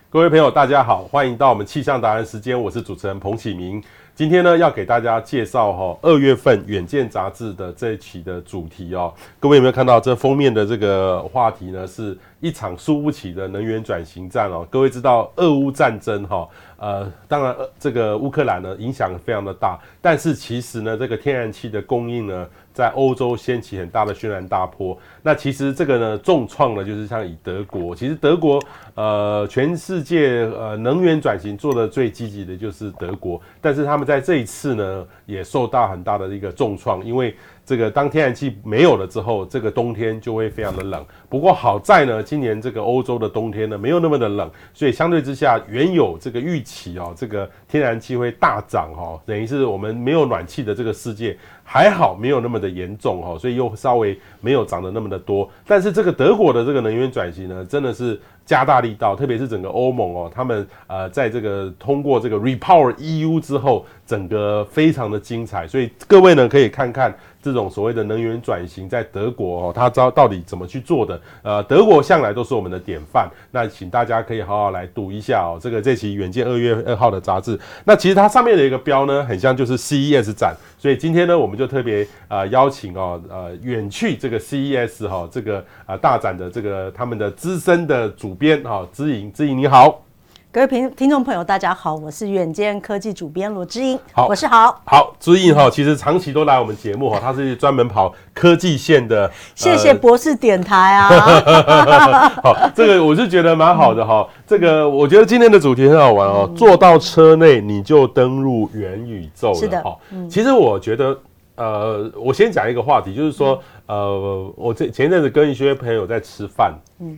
各位朋友，大家好，欢迎到我们气象达人时间，我是主持人彭启明。今天呢，要给大家介绍2月份《远见》杂志的这一期的主题哦。各位有没有看到这封面的这个话题呢？是一场输不起的能源转型战哦。各位知道俄乌战争当然这个乌克兰呢影响非常的大，但是其实呢，这个天然气的供应呢，在欧洲掀起很大的轩然大波。那其实这个呢，重创呢，就是像以德国，其实德国全世界能源转型做的最积极的就是德国，但是他们在这一次呢，也受到很大的一个重创，因为这个当天然气没有了之后，这个冬天就会非常的冷。不过好在呢，今年这个欧洲的冬天呢没有那么的冷，所以相对之下，原有这个预期这个天然气会大涨等于是我们没有暖气的这个世界还好没有那么的严重所以又稍微没有涨得那么的多。但是这个德国的这个能源转型呢，真的是加大力道，特别是整个欧盟他们在这个通过这个 Repower EU 之后，整个非常的精彩。所以各位呢可以看看这种所谓的能源转型在德国它到底怎么去做的。德国向来都是我们的典范，那请大家可以好好来读一下这期《远见》2月2号的杂志。那其实它上面的一个标呢，很像就是 CES 展，所以今天呢，我们就特别邀请远去这个 CES 这个大展的这个他们的资深的主编知莹你好。 各位听众朋友，大家好，我是远见科技主编罗知莹。 我是好知莹其实长期都来我们节目他是专门跑科技线的。 谢谢博士点台啊。 好，这个我是觉得蛮好的这个我觉得今天的主题很好玩坐到车内你就登入元宇宙了。 是的。 其实我觉得我先讲一个话题，就是说我前一阵子跟一些朋友在吃饭，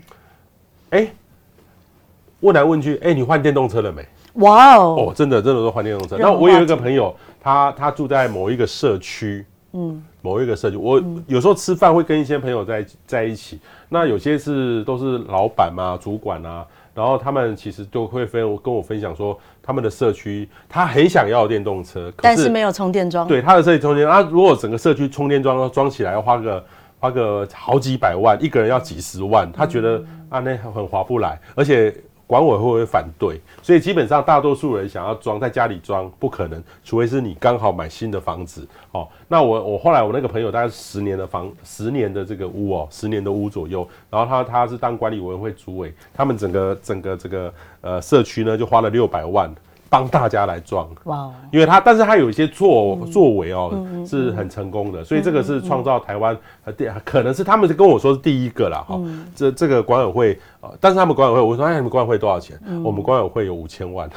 问来问去，你换电动车了没？ 哇哦！ 真的都换电动车。那我有一个朋友，他住在某一个社区，某一个社区。我有时候吃饭会跟一些朋友在一起，那有些都是老板嘛、主管啊，然后他们其实就会跟我分享说，他们的社区他很想要电动车， 但是没有充电桩。 对，他的社区充电桩如果整个社区充电桩装起来要花个好几百万，一个人要几十万，他觉得那很划不来，而且管委会反对，所以基本上大多数人想要在家里装不可能，除非是你刚好买新的房子那我后来我那个朋友大概10年的这个屋10年的屋左右，然后他是当管理委员会主委，他们整个这个社区呢就花了600万。帮大家来装，因为但是他有一些作为是很成功的，所以这个是创造台湾可能是他们跟我说是第一个啦这个管委会但是他们管委会，我说你们管委会多少钱？我们管委会有5000万。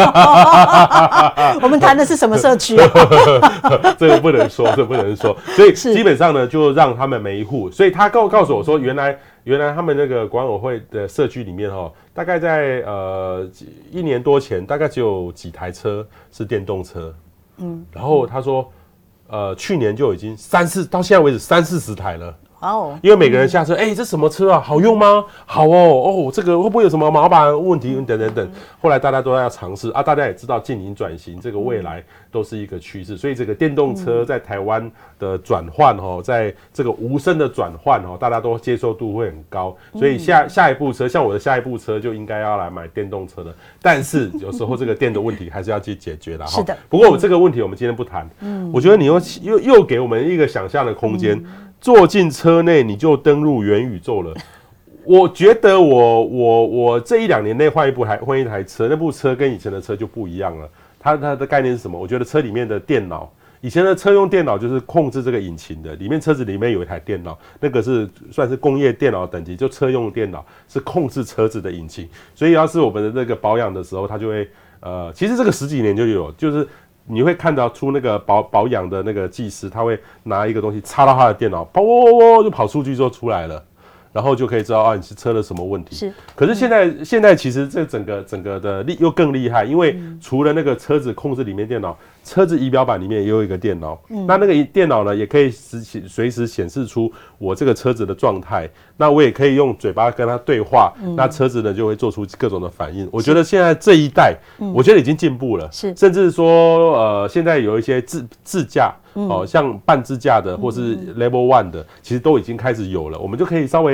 我们谈的是什么社区这个不能说，所以基本上呢，就让他们每一户，所以他告诉我说，原来他们那个管委会的社区里面大概在1年多前，大概只有几台车是电动车，然后他说去年就已经到现在为止30-40台了。因为每个人下车，这什么车啊？好用吗？好这个会不会有什么麻烦问题？等。后来大家都要尝试大家也知道净零转型这个未来都是一个趋势，所以这个电动车在台湾的转换在这个无声的转换大家都接受度会很高，所以下一部车，像我的下一部车就应该要来买电动车的。但是有时候这个电的问题还是要去解决的是的。 不过这个问题我们今天不谈。我觉得你又给我们一个想象的空间。坐进车内你就登入元宇宙了。我觉得我这1-2年内换一台车，那部车跟以前的车就不一样了。它的概念是什么？我觉得车里面的电脑，以前的车用电脑就是控制这个引擎的，车子里面有一台电脑，那个是算是工业电脑等级，就车用电脑是控制车子的引擎。所以要是我们的那个保养的时候，它就会其实这个10几年就有，就是你会看到出那个保养的那个技师，他会拿一个东西插到他的电脑，就跑数据就出来了，然后就可以知道你是车的什么问题。可是现在其实这整个的又更厉害，因为除了那个车子控制里面电脑，车子仪表板里面也有一个电脑，那个电脑呢也可以随时显示出我这个车子的状态，那我也可以用嘴巴跟它对话，那车子呢就会做出各种的反应。我觉得现在这一代，我觉得已经进步了，甚至说现在有一些自驾，像半自驾的或是 Level 1的，其实都已经开始有了，我们就可以稍微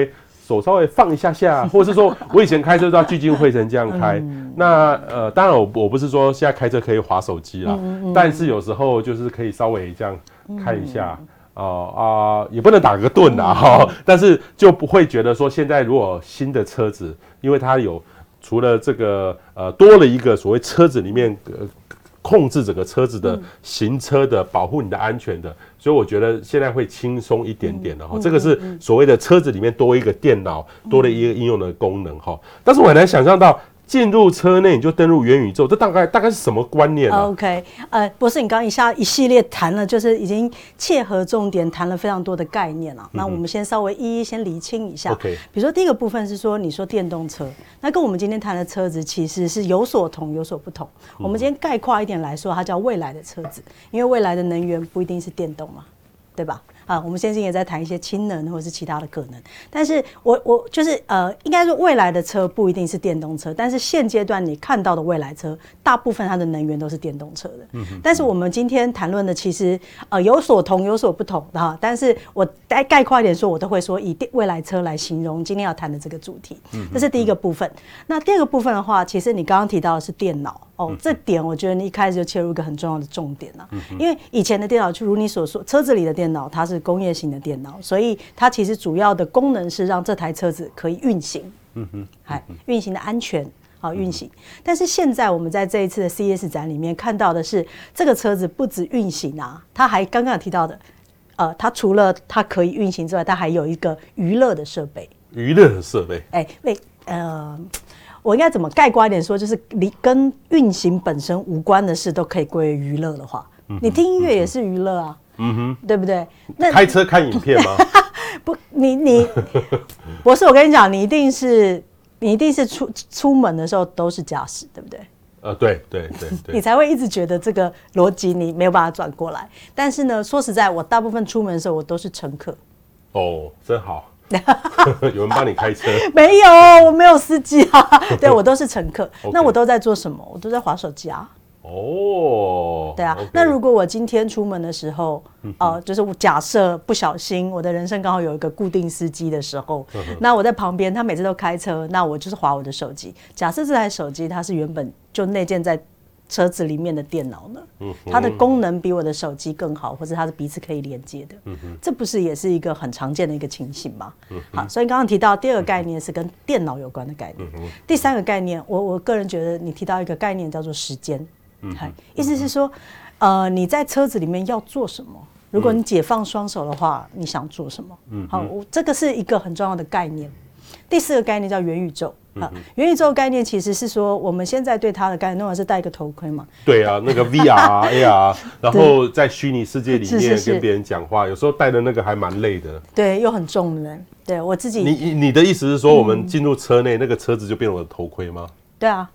手稍微放一下下，或者是说我以前开车都要聚精会神这样开。那当然我不是说现在开车可以滑手机啦，但是有时候就是可以稍微这样看一下。也不能打个顿啦但是就不会觉得说现在如果新的车子，因为它有除了这个多了一个所谓车子里面控制整个车子的行车的保护你的安全的，所以我觉得现在会轻松一点点的这个是所谓的车子里面多一个电脑，多了一个应用的功能但是我很难想象到进入车内你就登入元宇宙，这大概是什么观念啊 ？OK， 博士，你刚刚一系列谈了，就是已经切合重点，谈了非常多的概念了。那我们先稍微一一先厘清一下。 OK， 比如说第一个部分是说，你说电动车，那跟我们今天谈的车子其实是有所同有所不同。我们今天概括一点来说，它叫未来的车子，因为未来的能源不一定是电动嘛，对吧？我们现在也在谈一些氢能或者是其他的可能，但是我就是应该说未来的车不一定是电动车，但是现阶段你看到的未来车，大部分它的能源都是电动车的。但是我们今天谈论的其实有所同有所不同的但是我概括一点说，我都会说以未来车来形容今天要谈的这个主题，这是第一个部分。那第二个部分的话，其实你刚刚提到的是电脑这点我觉得你一开始就切入一个很重要的重点了，因为以前的电脑就如你所说，车子里的电脑它是工业型的电脑，所以它其实主要的功能是让这台车子可以运行，运行的安全运行。但是现在我们在这一次的 CES 展里面看到的是，这个车子不止运行它还刚刚有提到的，它除了它可以运行之外，它还有一个娱乐的设备。 娱乐的设备？ 我应该怎么概括一点说，就是跟运行本身无关的事都可以归为娱乐的话，你听音乐也是娱乐啊，对不对？那开车看影片吗？ 不，你博士，我跟你讲，你一定是出门的时候都是驾驶，对不对？ 对， 你才会一直觉得这个逻辑你没有办法转过来。但是呢，说实在，我大部分出门的时候我都是乘客。 真好。有人帮你开车？ 没有，我没有司机对，我都是乘客。那我都在做什么？我都在滑手机对啊。那如果我今天出门的时候，就是我假设不小心我的人生刚好有一个固定司机的时候，那我在旁边，他每次都开车，那我就是滑我的手机。假设这台手机它是原本就内建在车子里面的电脑呢，它的功能比我的手机更好，或者它是彼此可以连接的，这不是也是一个很常见的一个情形吗？好，所以刚刚提到第二个概念是跟电脑有关的概念，第三个概念，我个人觉得你提到一个概念叫做时间，意思是说，你在车子里面要做什么？如果你解放双手的话，你想做什么？好，这个是一个很重要的概念。第四个概念叫元宇宙。元宇宙概念其实是说，我们现在对它的概念，那是戴一个头盔嘛？ 对啊，那个 VR、AR， 然后在虚拟世界里面跟别人讲话，有时候戴的那个还蛮累的。 对，又很重的。对我自己， 你的意思是说，我们进入车内，那个车子就变成我的头盔吗？ 对啊。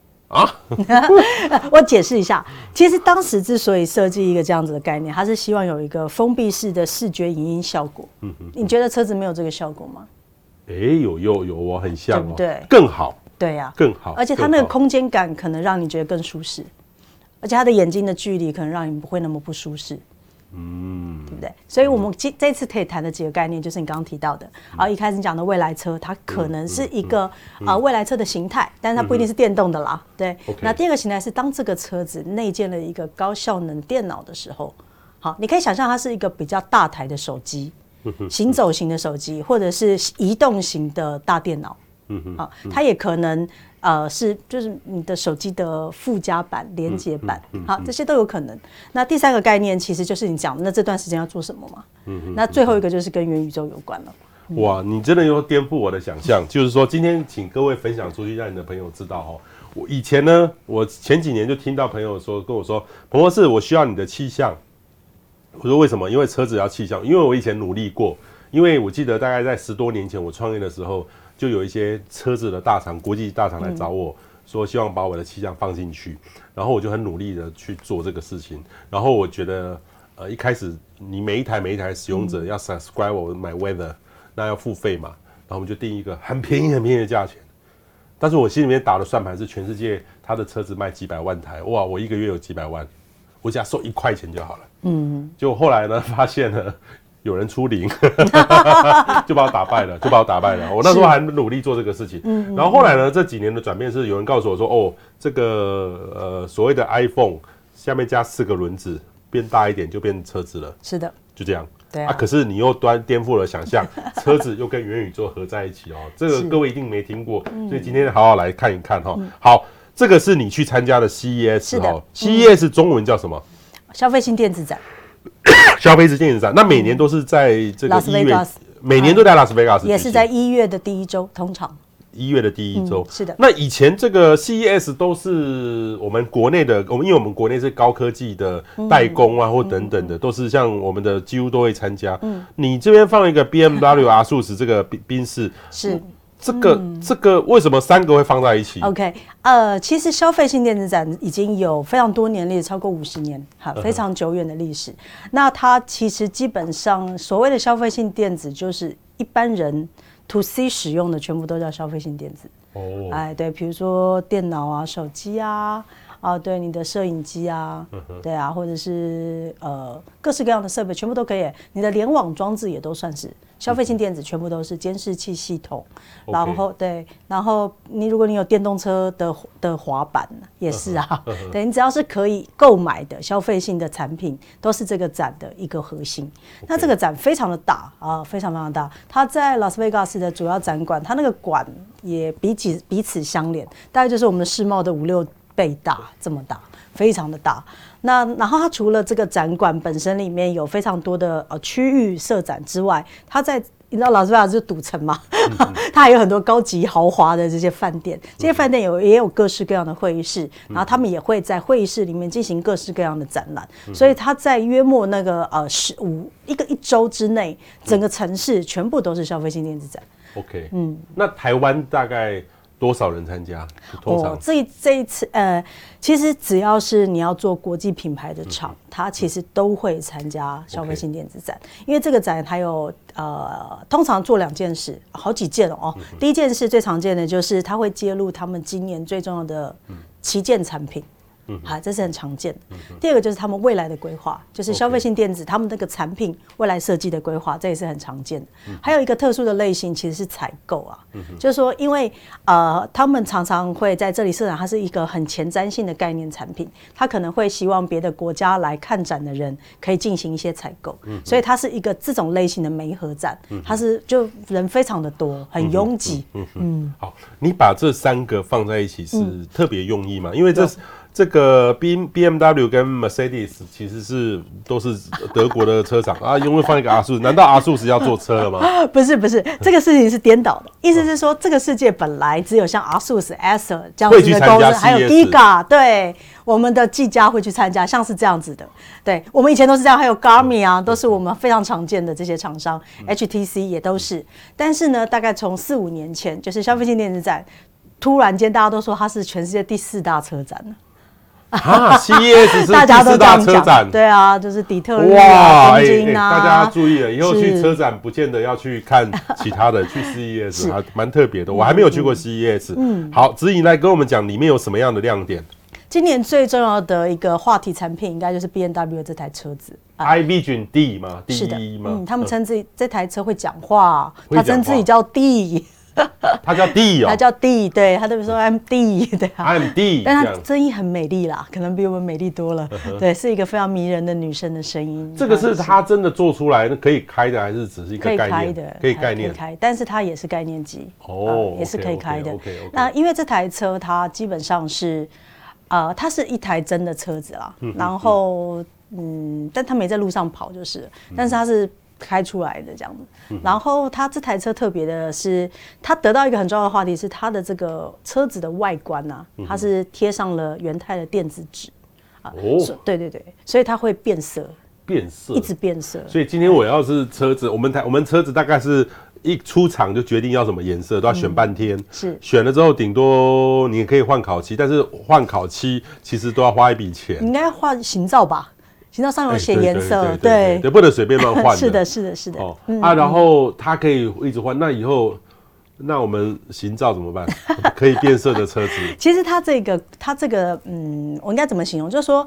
我解释一下，其实当时之所以设计一个这样子的概念，它是希望有一个封闭式的视觉影音效果。你觉得车子没有这个效果吗？ 有很像对不对？ 更好。 对呀， 更好。 而且它那个空间感可能让你觉得更舒适，而且它的眼睛的距离可能让你不会那么不舒适。对不对？所以我们这次可以谈的几个概念，就是你刚刚提到的一开始讲的未来车，它可能是一个未来车的形态，但是它不一定是电动的啦。对。那第二个形态是当这个车子内建了一个高效能电脑的时候，好，你可以想象它是一个比较大台的手机，行走型的手机，或者是移动型的大电脑。它也可能就是你的手机的附加版、连接版，好，这些都有可能。那第三个概念其实就是你讲的，那这段时间要做什么嘛？那最后一个就是跟元宇宙有关了。 哇，你真的又颠覆我的想象，就是说今天请各位分享出去，让你的朋友知道我以前呢，我前几年就听到朋友跟我说，彭博士，我需要你的气象。我说为什么？因为车子要气象，因为我以前努力过，因为我记得大概在10多年前我创业的时候。就有一些车子的大厂、国际大厂来找我，说希望把我的气象放进去，然后我就很努力的去做这个事情。然后我觉得，一开始你每一台使用者要 subscribe 我买 weather， 那要付费嘛，然后我们就定一个很便宜的价钱。但是我心里面打的算盘是全世界他的车子卖几百万台，哇，我一个月有几百万，我只要收1块钱就好了。就后来呢，发现呢。 有人出零，就把我打败了，我那时候还努力做这个事情。然后后来呢，这几年的转变是有人告诉我说，哦，这个所谓的 iPhone 下面加4个轮子，变大一点就变车子了。是的，就这样。对啊，可是你又颠覆了想象，车子又跟元宇宙合在一起哦，这个各位一定没听过，所以今天好好来看一看哈。好，这个是你去参加的 CES 哦 ，CES 中文叫什么？ 消费性电子展。 消费性电子展，那每年都是在这个1月，每年都在拉斯维加斯， 也是在1月的第1周，通常 1月的第1周。 是的。 那以前这个 CES 都是我们国内的，因为我们国内是高科技的代工啊，或等等的，都是像我们的几乎都会参加。你这边放一个 BMW、ASUS 这个宾士是。这个为什么3个会放在一起 ？OK， 其实消费性电子展已经有非常多年历史，超过50年，非常久远的历史。那它其实基本上所谓的消费性电子，就是一般人 to C 使用的，全部都叫消费性电子。哦，哎，对，比如说电脑啊、手机啊。对，你的摄影机啊，对啊，或者是各式各样的设备，全部都可以。你的联网装置也都算是消费性电子，全部都是监视器系统。然后对，然后如果你有电动车的滑板也是啊，对，你只要是可以购买的消费性的产品，都是这个展的一个核心。那这个展非常的大啊，非常非常大。它在拉斯维加斯的主要展馆，它那个馆也彼此相连，大概就是我们的世贸的5-6倍大，这么大，非常的大。然后它除了这个展馆本身里面有非常多的区域设展之外，它在你知道拉斯维加斯就赌城嘛，它还有很多高级豪华的这些饭店，这些饭店也有各式各样的会议室，然后他们也会在会议室里面进行各式各样的展览，所以它在约莫那个一周之内，整个城市全部都是消费性电子展。 OK， 那台湾大概多少人参加？通常这一次其实只要是你要做国际品牌的厂，它其实都会参加消费性电子展，因为这个展它有通常做2件事，好几件哦。第一件事最常见的就是它会揭露他们今年最重要的旗舰产品。这是很常见的。第二个就是他们未来的规划，就是消费性电子他们那个产品未来设计的规划，这也是很常见的。还有一个特殊的类型其实是采购啊，就是说因为他们常常会在这里设展，它是一个很前瞻性的概念产品，它可能会希望别的国家来看展的人可以进行一些采购，所以它是一个这种类型的媒合展，它是就人非常的多，很拥挤。 好，你把这3个放在一起是特别用意吗？因为这个 BMW 跟 Mercedes 其实都是德国的车厂啊，因为放一个 ASUS， 难道 ASUS 要做车了吗？ 不是，这个事情是颠倒的，意思是说这个世界本来只有像 ASUS、Acer 这样子的公司，还有 Giga， 对，我们的技嘉会去参加，像是这样子的，对，我们以前都是这样，还有 Garmin 啊，都是我们非常常见的这些厂商，HTC 也都是。但是呢，大概从4-5年前，就是消费性电子展，突然间大家都说它是全世界第4大车展了。 CES 是第4大车展， 对啊，就是底特律啊、东京啊。 大家注意了，以后去车展不见得要去看其他的，去 CES 还蛮特别的。我还没有去过 CES。好，子颖来跟我们讲里面有什么样的亮点。 今年最重要的一个话题产品，应该就是 BMW 这台车子。 iVision D 嘛，第一嘛。 他们称自己这台车会讲话，他称自己叫 D。 他叫 D 哦， 他叫 D， 对，他都说 I'm D， 对啊 ，I'm D， 但他声音很美丽啦，可能比我们美丽多了，对，是一个非常迷人的女生的声音。 这个是他真的做出来，可以开的，还是只是一个概念？ 可以开的， 可以概念开，但是它也是概念机哦， 也是可以开的。那因为这台车它基本上是，它是一台真的车子啦，然后但它没在路上跑就是，但是它是开出来的这样子，然后它这台车特别的是，它得到一个很重要的话题是它的这个车子的外观啊，它是贴上了元泰的电子纸啊，对，所以它会变色，一直变色。 所以今天我要是车子，我们车子大概是一出厂就决定要什么颜色，都要选半天，是选了之后顶多你可以换烤漆，但是换烤漆其实都要花一笔钱， 应该换行照吧？行照上有写颜色， 对，不能随便乱换。 是的。 然后它可以一直换，那以后那我们行照怎么办？可以变色的车子。 其实它这个，我应该怎么形容？就是说，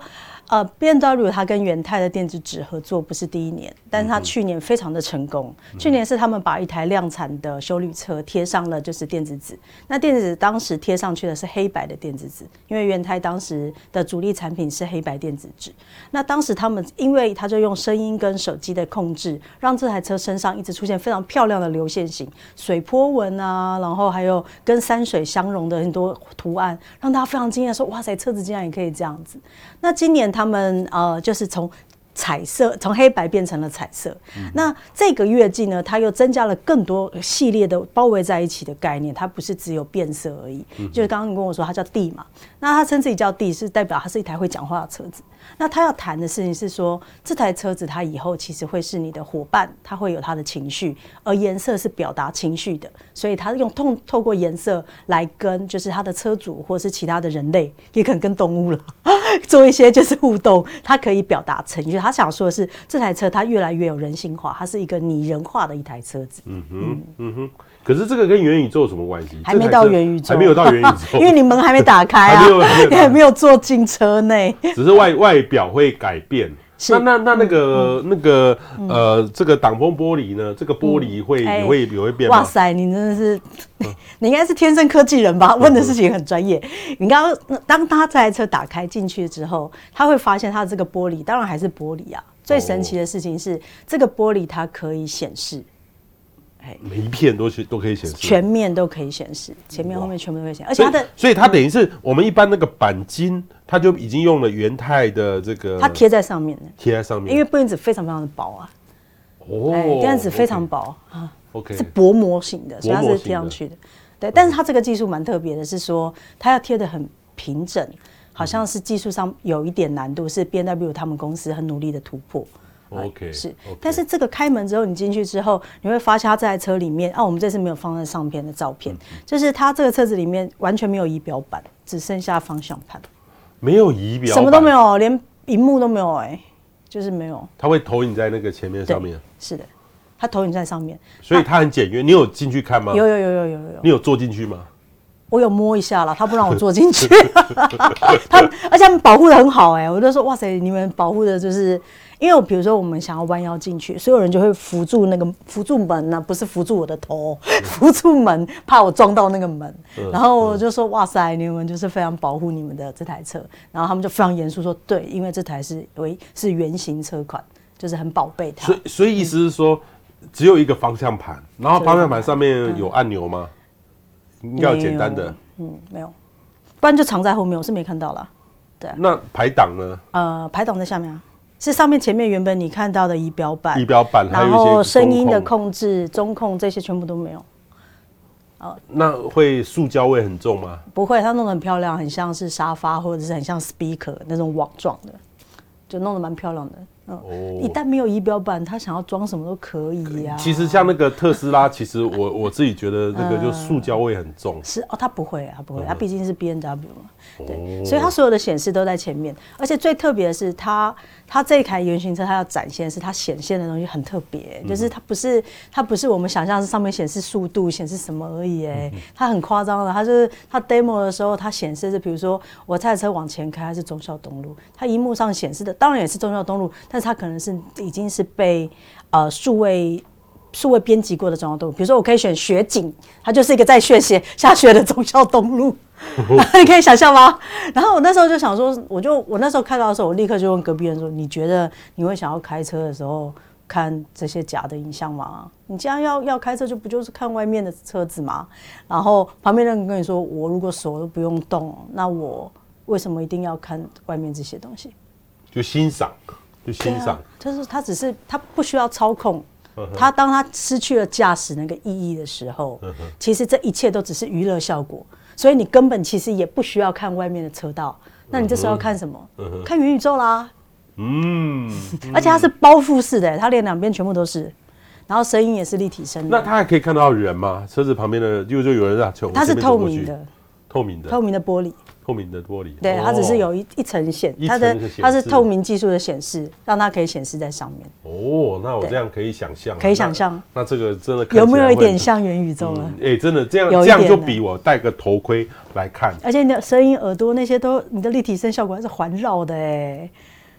BMW 它跟元泰的电子纸合作不是第一年，但是它去年非常的成功。去年是他们把一台量产的休旅车贴上了就是电子纸，那电子纸当时贴上去的是黑白的电子纸，因为元泰当时的主力产品是黑白电子纸。那当时他们因为他就用声音跟手机的控制，让这台车身上一直出现非常漂亮的流线型、水波纹啊，然后还有跟山水相融的很多图案，让大家非常惊讶，说哇塞，车子竟然也可以这样子。那今年他们就是从彩色从黑白变成了彩色。那这个月季呢，它又增加了更多系列的包围在一起的概念，它不是只有变色而已。就是刚刚你跟我说它叫 D 嘛，那它称自己叫 D 是代表它是一台会讲话的车子。那他要谈的事情是说，这台车子它以后其实会是你的伙伴，它会有它的情绪，而颜色是表达情绪的，所以它用透过颜色来跟就是它的车主或是其他的人类，也可能跟动物了做一些就是互动，它可以表达情绪。他想说的是，这台车它越来越有人性化，它是一个拟人化的一台车子。 可是这个跟元宇宙有什么关系？ 还没到元宇宙， 还没有到元宇宙， 因为你门还没打开啊，你还没有坐进车内， 只是外表会改变。那个这个挡风玻璃呢？这个玻璃也会变吗？ 哇塞，你真的是，你应该是天生科技人吧？问的事情很专业。你刚刚当他这台车打开进去之后，他会发现它的这个玻璃当然还是玻璃啊。最神奇的事情是，这个玻璃它可以显示。 每一片都可以显示， 全面都可以显示，前面后面全部都可以显示，而且它的， 所以它等于是我们一般那个钣金，它就已经用了元泰的这个， 它贴在上面的， 贴在上面， 因为玻璃纸非常非常的薄啊，电子纸非常薄啊 ，OK， 是薄膜型的，所以它是贴上去的，对，但是它这个技术蛮特别的，是说它要贴得很平整，好像是技术上有一点难度，是 BMW 他们公司很努力的突破。 OK， 是，但是这个开门之后，你进去之后，你会发现它这台车里面，我们这次没有放在上片的照片，就是它这个车子里面完全没有仪表板，只剩下方向盘， 没有仪表板， 什么都没有，连荧幕都没有，就是没有。 它会投影在那个前面上面，是的，它投影在上面， 所以它很简约。你有进去看吗？ 有， 你有坐进去吗？ 我有摸一下啦，他不让我坐进去，而且他们保护的很好，我就说哇塞，你们保护的就是。因为比如说我们想要弯腰进去，所有人就会扶住门啊，不是扶住我的头，扶住门，怕我撞到那个门。然后我就说哇塞，你们就是非常保护你们的这台车。然后他们就非常严肃说，对，因为这台是原型车款，就是很宝贝它。 所以意思是说，只有一个方向盘，然后方向盘上面有按钮吗？应该有简单的， 没有，不然就藏在后面，我是没看到啦。对， 那排档呢？ 排档在下面啊。是上面前面原本你看到的仪表板， 然后声音的控制、中控这些全部都没有。 那会塑胶味很重吗？ 不会，它弄得很漂亮，很像是沙发或者是很像 speaker 那种网状的，就弄得蛮漂亮的。一旦没有仪表板，他想要装什么都可以呀。 其实像那个特斯拉，其实我自己觉得那个就塑胶味很重。 是它不会，它毕竟是 BMW 嘛，对，所以它所有的显示都在前面，而且最特别的是它这一台原型车，它要展现的是它显现的东西很特别，就是它不是我们想象是上面显示速度、显示什么而已，它很夸张的，它 demo 的时候，它显示是比如说我这台车往前开是忠孝东路，它萤幕上显示的当然也是忠孝东路，但是它可能是已经是被数位编辑过的忠孝东路，比如说我可以选雪景，它就是一个在下雪的忠孝东路，你可以想象吗？然后我那时候就想说，我那时候看到的时候，我立刻就问隔壁人说：“你觉得你会想要开车的时候看这些假的影像吗？你既然要开车，不就是看外面的车子吗？”然后旁边人跟你说：“我如果手都不用动，那我为什么一定要看外面这些东西？” 就欣赏。 就是他不需要操控，当他失去了驾驶那个意义的时候，其实这一切都只是娱乐效果，所以你根本其实也不需要看外面的车道，那你这时候要看什么？看元宇宙啦，而且它是包覆式的，它连两边全部都是，然后声音也是立体声的。 那它还可以看到人吗？车子旁边的就有人啊， 它是透明的玻璃。 透明的玻璃， 对，它只是有一层显，它是透明技术的显示，让它可以显示在上面。 那我这样可以想象，那这个真的有没有一点像元宇宙了？ 真的这样就比我戴个头盔来看， 而且你的声音、耳朵那些都，你的立体声效果还是环绕的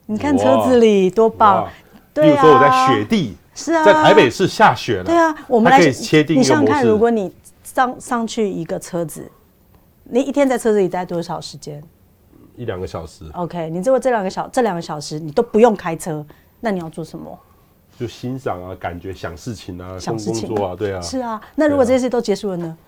你看车子里多棒，对啊。 比如说我在雪地， 是啊， 在台北市下雪了， 对啊，我们来可以切定一个模式。 你想想看，如果你上去一个车子，你一天在车子里待多少时间 ？1-2个小时。 OK， 你如果这两个小时你都不用开车，那你要做什么？ 就欣赏啊，感觉想事情啊， 想事情工作啊，对啊。 是啊，那如果这些事都结束了呢？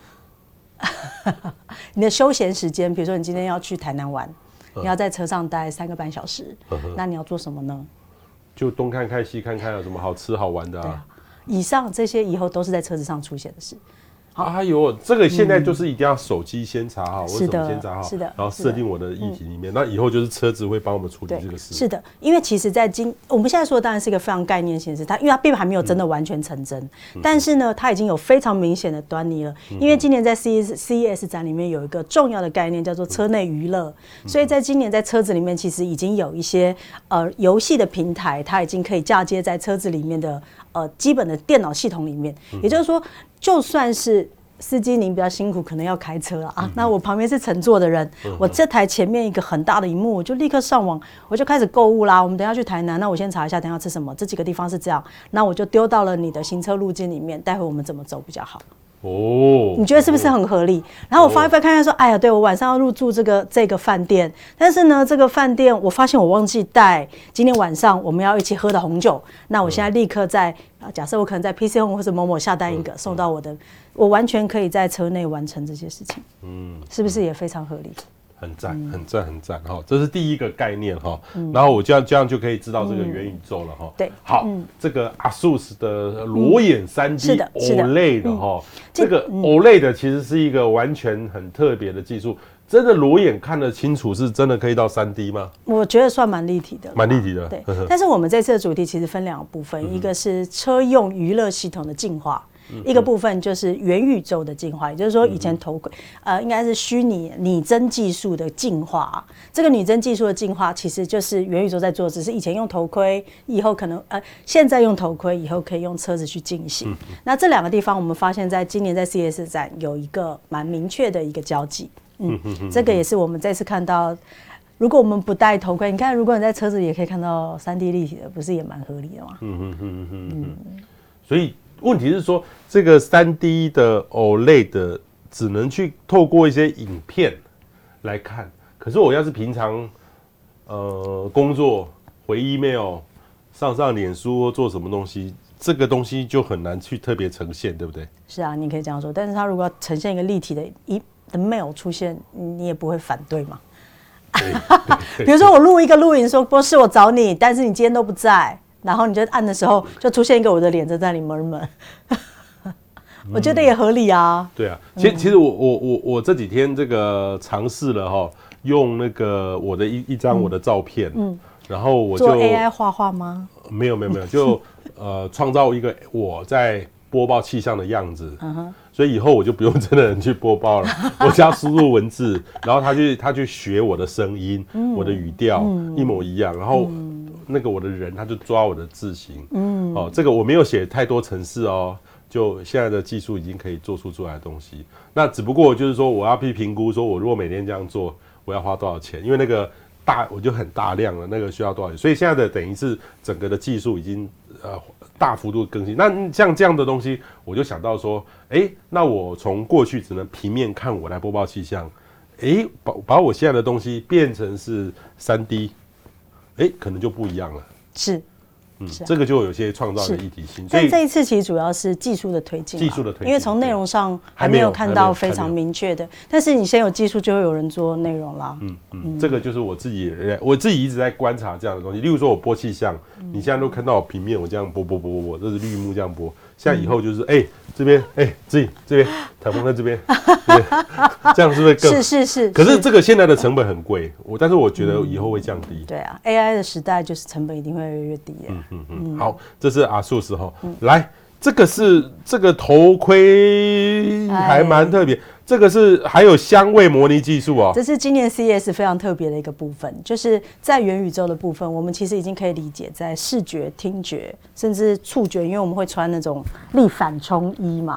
你的休闲时间，比如说你今天要去台南玩，你要在车上待3个半小时，那你要做什么呢？ 就东看看西看看，有什么好吃好玩的啊？ 对啊，以上这些以后都是在车子上出现的事。 哎呦，这个现在就是一定要手机先查好， 是的， 先查好， 是的， 然后设定我的议题里面，那以后就是车子会帮我们处理这个事。 是的，因为其实我们现在说的当然是一个非常概念性的事，因为它并还没有真的完全成真，但是呢，它已经有非常明显的端倪了。因为今年在 CES 展里面有一个重要的概念叫做车内娱乐，所以在今年在车子里面其实已经有一些游戏的平台，它已经可以嫁接在车子里面的基本的电脑系统里面，也就是说，就算是司机您比较辛苦，可能要开车啊。那我旁边是乘坐的人，我这台前面一个很大的萤幕，我就立刻上网，我就开始购物啦。我们等一下去台南，那我先查一下等一下吃什么，这几个地方是这样，那我就丢到了你的行车路径里面，待会我们怎么走比较好？哦，你觉得是不是很合理？然后我翻一翻看看说，哎呀，对，我晚上要入住这个饭店，但是呢，这个饭店我发现我忘记带今天晚上我们要一起喝的红酒，那我现在立刻在假设我可能在 PC Home 或者某某下单一个送到我完全可以在车内完成这些事情，是不是也非常合理？ 很赞，很赞，很赞哈！这是第一个概念哈，然后我这样就可以知道这个元宇宙了哈。 对， 好，这个 ASUS 的裸眼3D OLED 的哈，这个 OLED 其实是一个完全很特别的技术。真的裸眼看得清楚，是真的可以到3D 吗？ 我觉得算蛮立体的， 蛮立体的。 对，但是我们这次的主题其实分2个部分，一个是车用娱乐系统的进化。一个部分就是元宇宙的进化，也就是说以前头盔应该是虚拟真技术的进化。这个拟真技术的进化其实就是元宇宙在做，只是以前用头盔，以后可能现在用头盔，以后可以用车子去进行。那这2个地方我们发现在今年在 CES 展有一个蛮明确的一个交集。这个也是我们这次看到，如果我们不戴头盔，你看如果你在车子里也可以看到3D 立体的，不是也蛮合理的吗？ 所以问题是说，这个3D 的 OLED 只能去透过一些影片来看，可是我要是平常工作回 email 上脸书或做什么东西，这个东西就很难去特别呈现，对不对？ 是啊，你可以这样说，但是它如果要呈现一个立体的mail 出现，你也不会反对嘛？比如说我录一个录影说，波士我找你，但是你今天都不在。然后你就按的时候，就出现一个我的脸在那里murmur，我觉得也合理啊。 对啊，其实我这几天这个尝试了哈，用那个我的一张我的照片，然后我就做 AI 画画吗？ 没有，就创造一个我在播报气象的样子。所以以后我就不用真的人去播报了，我只要输入文字，然后他去学我的声音，我的语调一模一样，然后那个我的人他就抓我的字形，这个我没有写太多程式哦，就现在的技术已经可以做出来的东西。那只不过就是说我要去评估，说我如果每天这样做，我要花多少钱？因为那个我就很大量了，那个需要多少钱？所以现在的等于是整个的技术已经大幅度更新。那像这样的东西，我就想到说，那我从过去只能平面看我来播报气象，把我现在的东西变成是3D，可能就不一样了。 是。 这个就有些创造的议题性。 但这一次其实主要是技术的推进，因为从内容上还没有看到非常明确的。但是你先有技术，就会有人做内容啦。 这个就是我自己一直在观察这样的东西。例如说，我播气象，你现在都看到我平面，我这样播，这是绿幕这样播。现在以后就是这边这边台风在这边，这样是不是更是？ 可是这个现在的成本很贵，但是我觉得以后会降低。 对啊 ，AI 的时代就是成本一定会越来越低。 好，这是ASUS哈，来，这个头盔还蛮特别，这个是还有香味模拟技术哦。 这是今年 CES 非常特别的一个部分，就是在元宇宙的部分，我们其实已经可以理解，在视觉、听觉，甚至触觉，因为我们会穿那种力反冲衣嘛。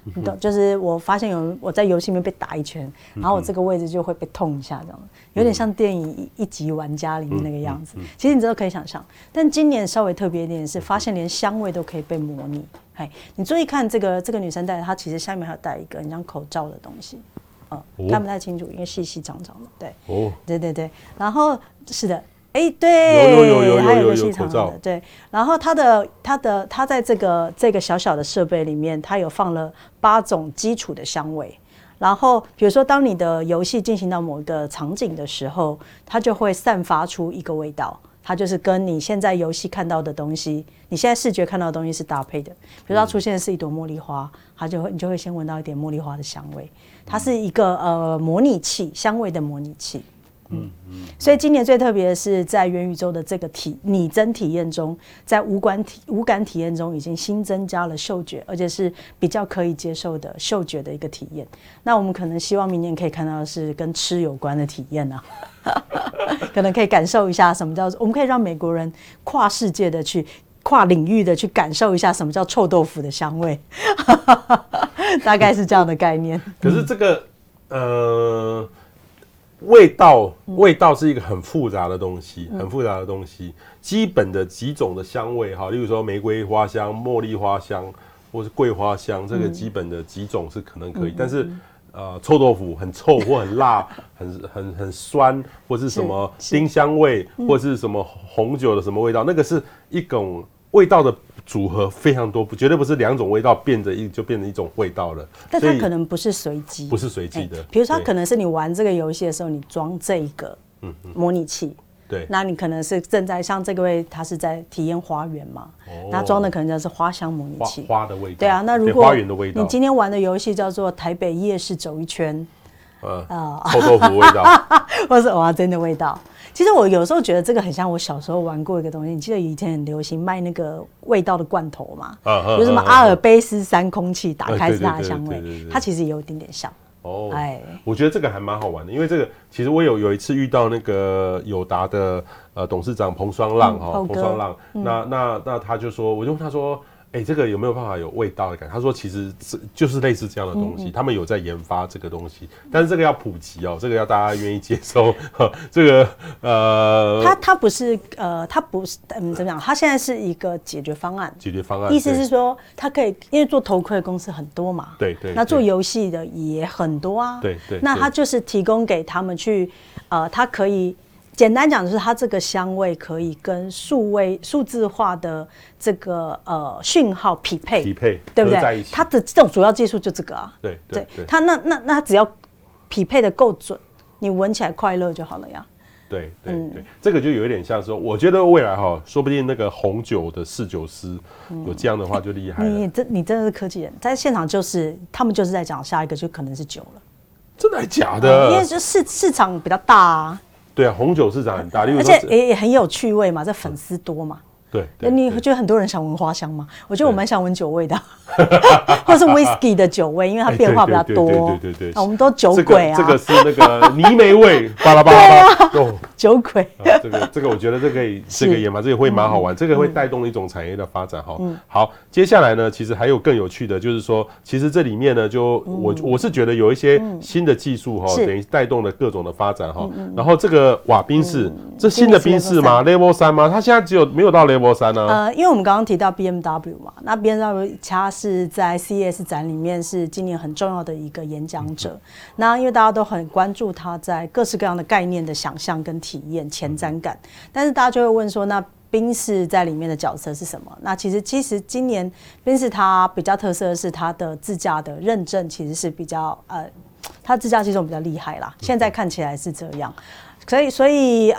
你懂？就是我发现我在游戏里面被打一拳，然后我这个位置就会被痛一下，这样有点像电影一级玩家里面那个样子。其实你这都可以想象，但今年稍微特别一点是，发现连香味都可以被模拟。你注意看这个女生戴的，她其实下面还有戴一个很像口罩的东西。看不太清楚，因为细细长长的，对，对，然后是的，对， 有还有一个细长的，对，然后它在这个小小的设备里面，它有放了8种基础的香味，然后比如说当你的游戏进行到某一个场景的时候，它就会散发出一个味道。它就是跟你现在游戏看到的东西，你现在视觉看到的东西是搭配的。比如说它出现的是一朵茉莉花，你就会先闻到一点茉莉花的香味。它是一个模拟器，香味的模拟器。所以今年最特别的是在元宇宙的这个拟真体验中，在无感体验中已经新增加了嗅觉，而且是比较可以接受的嗅觉的一个体验。那我们可能希望明年可以看到的是跟吃有关的体验啊。可能可以感受一下什么叫，我们可以让美国人跨世界的跨领域的去感受一下什么叫臭豆腐的香味。大概是这样的概念。 可是这个味道是一个很复杂的东西，基本的几种的香味哈，例如说玫瑰花香、茉莉花香或是桂花香，这个基本的几种是可能可以，但是臭豆腐很臭或很辣、很酸，或是什么丁香味，或是什么红酒的什么味道，那个是一种味道的组合非常多，绝对不是2种味道就变成一种味道了。 但它可能不是随机， 不是随机的。 比如说，它可能是你玩这个游戏的时候，你装这一个模拟器。 对， 那你可能是正在像这个位，他是在体验花园嘛？那装的可能就是花香模拟器， 花的味道。 对啊，那如果花园的味道， 你今天玩的游戏叫做台北夜市走一圈， 臭豆腐味道， 或是蚵仔煎的味道。其实我有时候觉得这个很像我小时候玩过一个东西，你记得以前很流行卖那个味道的罐头嘛？有什么阿尔卑斯山空气，打开是它的香味，它其实也有一点点像。 我觉得这个还蛮好玩的，因为这个其实我有一次遇到那个友达的董事长彭双浪彭双浪，那他就说，我就问他说，这个有没有办法有味道的感觉？他说其实就是类似这样的东西，他们有在研发这个东西，但是这个要普及哦，这个要大家愿意接受。这个它不是怎么讲？它现在是一个解决方案，意思是说它可以，因为做头盔的公司很多嘛， 对， 那做游戏的也很多啊， 对， 那它就是提供给他们去，它可以。简单讲就是它这个香味可以跟数字化的这个讯号匹配，对不对？它的这种主要技术就这个啊， 对， 它那它只要匹配的够准，你闻起来快乐就好了呀。 对，这个就有一点像说，我觉得未来说不定那个红酒的侍酒师有这样的话就厉害了。 你真的是科技人，在现场他们就是在讲下一个就可能是酒了， 真的还假的？ 因为就市场比较大啊。 对啊，红酒市场很大， 而且也很有趣味嘛，这粉丝多嘛。 对， 你觉得很多人想闻花香吗？我觉得我蛮想闻酒味的，或是 whisky 的酒味，因为它变化比较多。 对， 我们都酒鬼啊。 这个是那个泥煤味，巴拉巴拉。 酒鬼。 这个我觉得这个研发这个会蛮好玩，这个会带动一种产业的发展哈。好，接下来呢，其实还有更有趣的，就是说，其实这里面呢，就我是觉得有一些新的技术哈，等于带动了各种的发展哈。然后这个宾士，这新的宾士吗 ？Level 3吗？它现在没有到 Level 3呢？ 因为我们刚刚提到 BMW 嘛，那 BMW 它是在 CES 展里面是今年很重要的一个演讲者。那因为大家都很关注它在各式各样的概念的想象跟体验、前瞻感，但是大家就会问说，那宾士在里面的角色是什么？那其实今年宾士它比较特色的是它的自驾的认证其实是比较它自驾技术比较厉害啦，现在看起来是这样，所以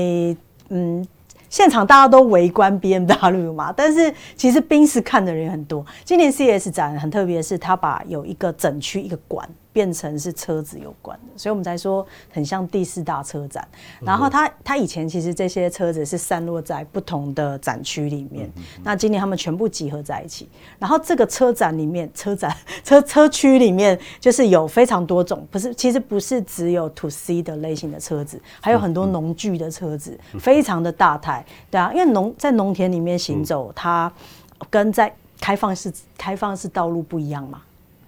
现场大家都围观 BMW 嘛，但是其实宾士看的人很多。今年 CES 展很特别的是，它把有一个整区一个馆变成是车子有关的，所以我们才说很像第4大车展。然后它以前其实这些车子是散落在不同的展区里面，那今年他们全部集合在一起。然后这个车展里面，车区里面就是有非常多种，其实不是只有 To C 的类型的车子，还有很多农具的车子，非常的大台。对啊，因为在农田里面行走，它跟在开放式道路不一样嘛。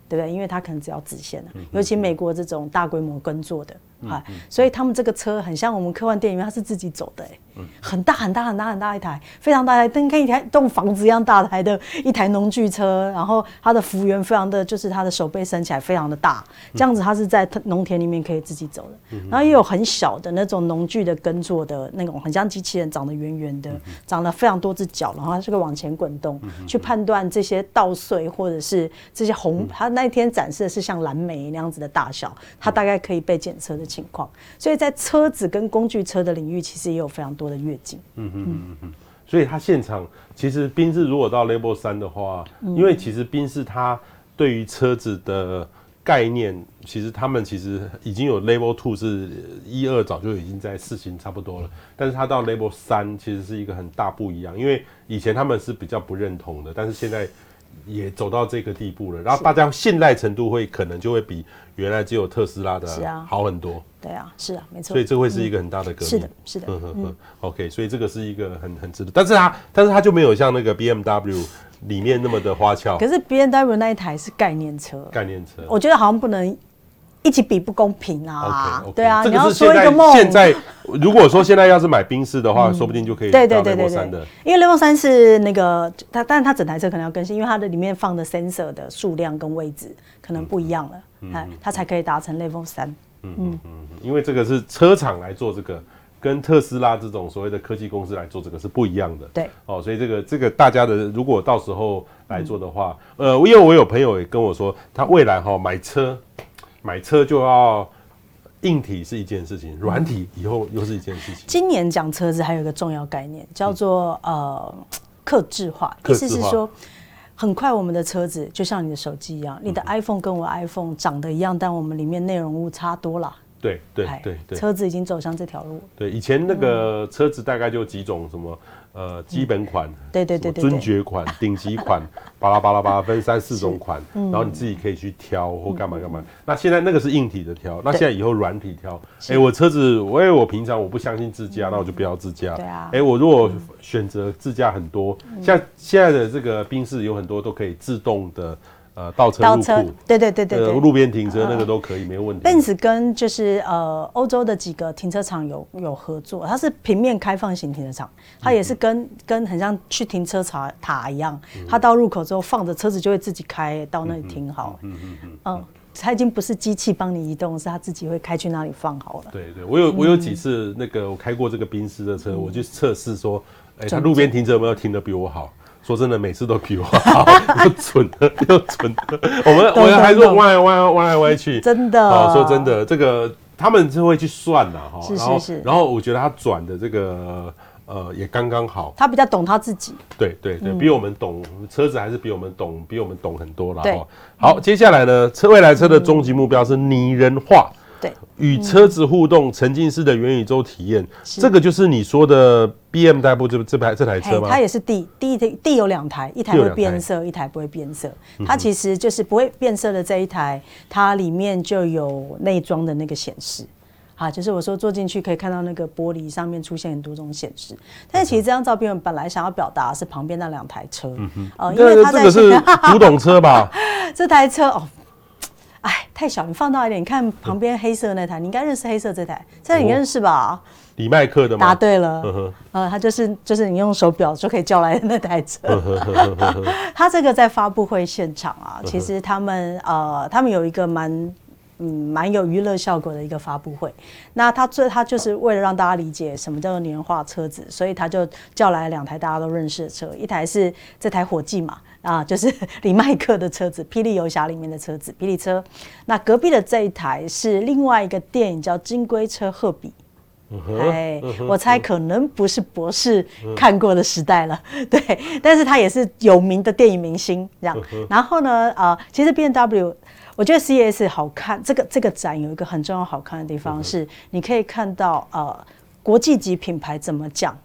对不对？因为它可能只要直线了，尤其美国这种大规模耕作的，所以他们这个车很像我们科幻电影，它是自己走的，很大很大很大很大一台，非常大台，跟一栋房子一样大台的一台农具车，然后它的幅员非常的，就是它的手背伸起来非常的大，这样子它是在农田里面可以自己走的。然后也有很小的那种农具的耕作的那种，很像机器人，长得圆圆的，长了非常多只脚，然后它是个往前滚动，去判断这些稻穗或者是这些红，它那一天展示的是像蓝莓那样子的大小，它大概可以被检测的情况。所以在车子跟工具车的领域，其实也有非常多的跃进。 所以它现场其实宾士如果到 Level 3的话，因为其实宾士它对于车子的概念，其实他们其实已经有 Level 2是1、2早就已经在试行差不多了，但是它到 Level 3其实是一个很大不一样，因为以前他们是比较不认同的，但是现在也走到这个地步了，然后大家信赖程度可能就会比原来只有特斯拉的好很多。 对啊，是啊，没错。 所以这会是一个很大的革命。 是的，是的。 OK， 所以这个是一个很值得，但是它就没有像那个 BMW 里面那么的花俏。 可是 BMW 那一台是概念车，我觉得好像不能一起比，不公平啊。 Okay. 对啊， 这你要说一个梦。 现在如果说现在要是买宾士的话，说不定就可以到 Level 3的。 因为 Level 3是那个但是它整台车可能要更新，因为它的里面放的 sensor 的数量跟位置可能不一样了，它才可以达成 Level 3。 因为这个是车厂来做这个，跟特斯拉这种所谓的科技公司来做这个是不一样的。 对， 所以这个大家的，如果到时候来做的话，因为我有朋友也跟我说，他未来买车就要硬体是一件事情，软体以后又是一件事情。 今年讲车子还有一个重要概念，叫做客制化，意思是说。很快，我们的车子就像你的手机一样，你的 iPhone 跟我 iPhone 长得一样，但我们里面内容物差多了。 对， 车子已经走向这条路。 对，以前那个车子大概就几种，什么基本款， 对， 尊爵款、顶级款，巴拉巴拉巴拉分3、4种款，然后你自己可以去挑或干嘛。那现在那个是硬体的挑，那现在以后软体挑。我车子，我平常我不相信自驾，那我就不要自驾。 对啊。 我如果选择自驾很多，像现在的这个宾士有很多都可以自动的。倒车入库， 对， 路边停车那个都可以，没问题。 Benz 跟就是欧洲的几个停车场有合作，它是平面开放型停车场，它也是跟很像去停车塔一样，它到入口之后放着车子就会自己开到那里停好。它已经不是机器帮你移动，是它自己会开去那里放好了。 对，我有几次那个我开过这个宾士的车，我去测试说，它路边停车有没有停得比我好？说真的，每次都比我好，又准的。我们还说歪来歪去， 真的。 说真的，这个他们就会去算啦， 是。 然后我觉得他转的这个也刚刚好。 他比较懂他自己。 对，比我们懂车子还是比我们懂很多啦。好，接下来呢，未来车的终极目标是拟人化。 对， 与车子互动，沉浸式的元宇宙体验，这个就是你说的 BMW 这台车吗？ 它也是D有2台，一台会变色，一台不会变色。它其实就是不会变色的这一台，它里面就有内装的那个显示。就是我说坐进去可以看到那个玻璃上面出现很多种显示，但是其实这张照片本来想要表达的是旁边那2台车， 因为它这个是古董车吧？ 这台车太小，你放大一点，你看旁边黑色那台，你应该认识黑色这台，这台你认识吧？ 李麦克的吗？ 答对了，它就是你用手表就可以叫来的那台车。它这个在发布会现场其实他们有一个蛮有娱乐效果的一个发布会。那他就是为了让大家理解什么叫做拟人化车子，所以他就叫来2台大家都认识的车，一台是这台火计嘛。就是李麦克的车子，霹雳游侠里面的车子，霹雳车。那隔壁的这一台是另外一个电影叫《金龟车赫比》。我猜可能不是博士看过的时代了，对，但是他也是有名的电影明星这样。然后呢，其实 BMW， 我觉得 CES 好看，这个展有一个很重要好看的地方是，你可以看到国际级品牌怎么讲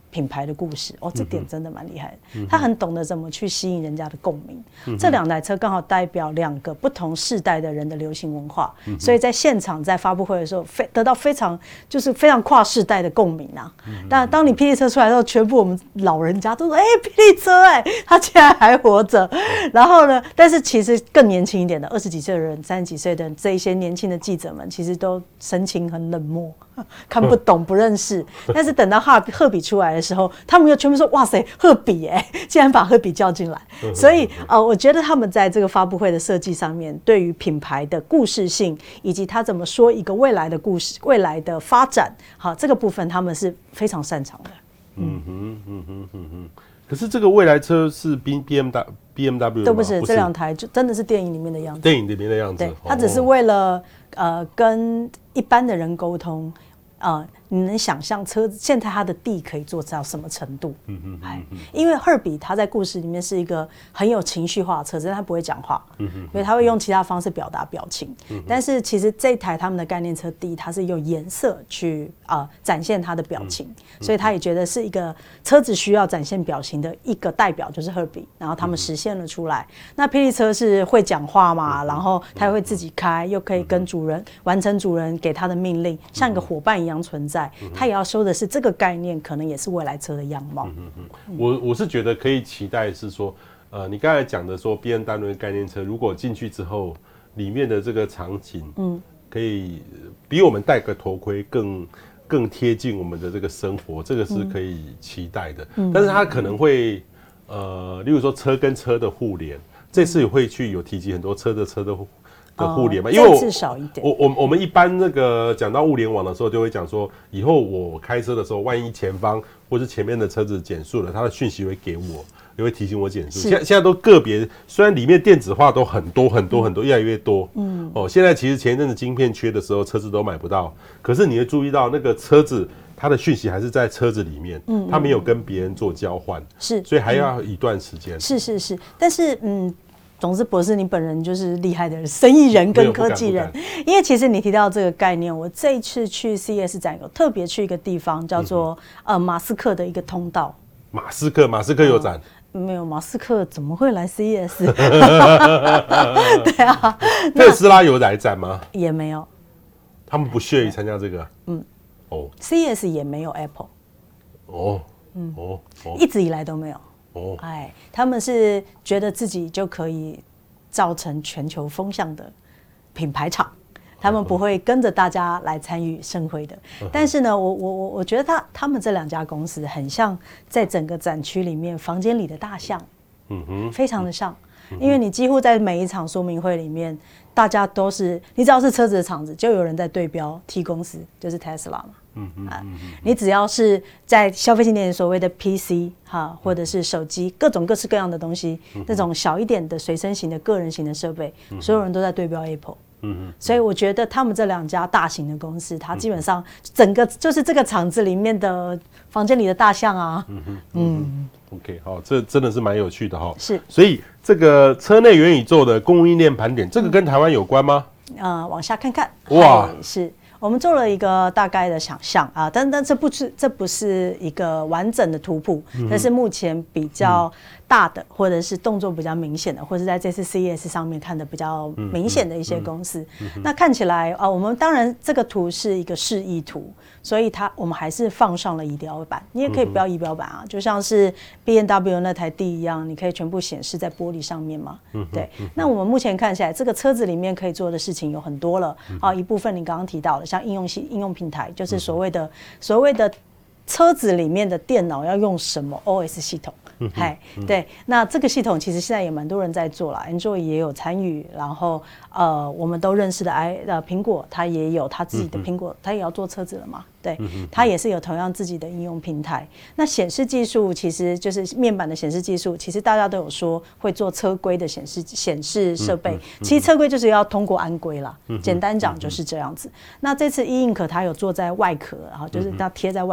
品牌的故事哦，这点真的蛮厉害的。他很懂得怎么去吸引人家的共鸣。这2台车刚好代表2个不同世代的人的流行文化，所以在现场在发布会的时候，得到非常跨世代的共鸣啊。但当你霹雳车出来的时候，全部我们老人家都说：“霹雳车他竟然还活着。”然后呢，但是其实更年轻一点的20几岁的人、30几岁的人，这一些年轻的记者们，其实都神情很冷漠，看不懂、不认识。但是等到赫比出来的时候，他们又全部说：“哇塞，赫比竟然把赫比叫进来。”所以我觉得他们在这个发布会的设计上面，对于品牌的故事性，以及他怎么说一个未来的故事、未来的发展，好，这个部分他们是非常擅长的。 可是这个未来车是 BMW 都不是，这2台就真的是电影里面的样子。 电影里面的样子， 对，它只是为了跟一般的人沟通。你能想象车子现在它的地可以做到什么程度？因为赫比他在故事里面是一个很有情绪化的车子，但他不会讲话，所以他会用其他方式表达表情。但是其实这台他们的概念车D，它是用颜色去展现它的表情，所以他也觉得是一个车子需要展现表情的一个代表，就是赫比，然后他们实现了出来。那霹雳车是会讲话嘛，然后他也会自己开，又可以跟主人完成主人给他的命令，像一个伙伴一样存在。他也要说的是这个概念可能也是未来车的样貌。 我是觉得可以期待是说，你刚才讲的说 BMW 概念车如果进去之后，里面的这个场景，可以比我们戴个头盔更贴近我们的这个生活，这个是可以期待的。但是它可能会例如说车跟车的互联，这次会去有提及很多车的互联嘛，因为至少一点。 我们一般那个讲到物联网的时候，就会讲说，以后我开车的时候，万一前方或是前面的车子减速了，它的讯息会给我，也会提醒我减速。现在都个别，虽然里面电子化都很多，越来越多。现在其实前一阵子晶片缺的时候，车子都买不到，可是你会注意到那个车子它的讯息还是在车子里面，它没有跟别人做交换，所以还要一段时间。 是，但是总之，博士，你本人就是厉害的生意人跟科技人，因为其实你提到这个概念，我这一次去 CES 展有特别去一个地方，叫做马斯克的一个通道。 马斯克有展？ 没有，马斯克怎么会来 CES？ 对啊， 特斯拉有来展吗？ 也没有， 他们不屑于参加这个。 CES 也没有 Apple。一直以来都没有。他们是觉得自己就可以造成全球风向的品牌厂，他们不会跟着大家来参与盛会的。但是呢，我觉得他们这2家公司很像在整个展区里面房间里的大象，非常的像。因为你几乎在每一场说明会里面，大家都是，你只要是车子的厂子，就有人在对标 T 公司，就是 Tesla 嘛。你只要是在消费性电子所谓的 PC 或者是手机，各式各样的东西，那种小一点的随身型的个人型的设备，所有人都在对标 Apple。所以我觉得他们这2家大型的公司，它基本上整个就是这个厂子里面的房间里的大象啊。 OK， 好，这真的是蛮有趣的哈。 是， 所以这个车内元宇宙的供应链盘点，这个跟台湾有关吗？ 往下看看。 哇， 是。我们做了一个大概的想象啊，但这不是一个完整的图谱，这是目前比较大的，或者是动作比较明显的，或者是在这次 CES 上面看的比较明显的一些公司。那看起来我们当然这个图是一个示意图，所以我们还是放上了仪表板，你也可以不要仪表板啊，就像是 BMW 那台 D 一样，你可以全部显示在玻璃上面嘛。对，那我们目前看起来，这个车子里面可以做的事情有很多了一部分你刚刚提到的。像应用平台，就是所谓的车子里面的电脑要用什么 OS 系统。对，那这个系统其实现在也蛮多人在做了 ，Android 也有参与，然后我们都认识的苹果，它也有它自己的苹果，它也要做车子了嘛，对，它也是有同样自己的应用平台。那显示技术其实就是面板的显示技术，其实大家都有说会做车规的显示设备，其实车规就是要通过安规啦，简单讲就是这样子。那这次E-Ink它有做在外壳，然后就是它贴在外头，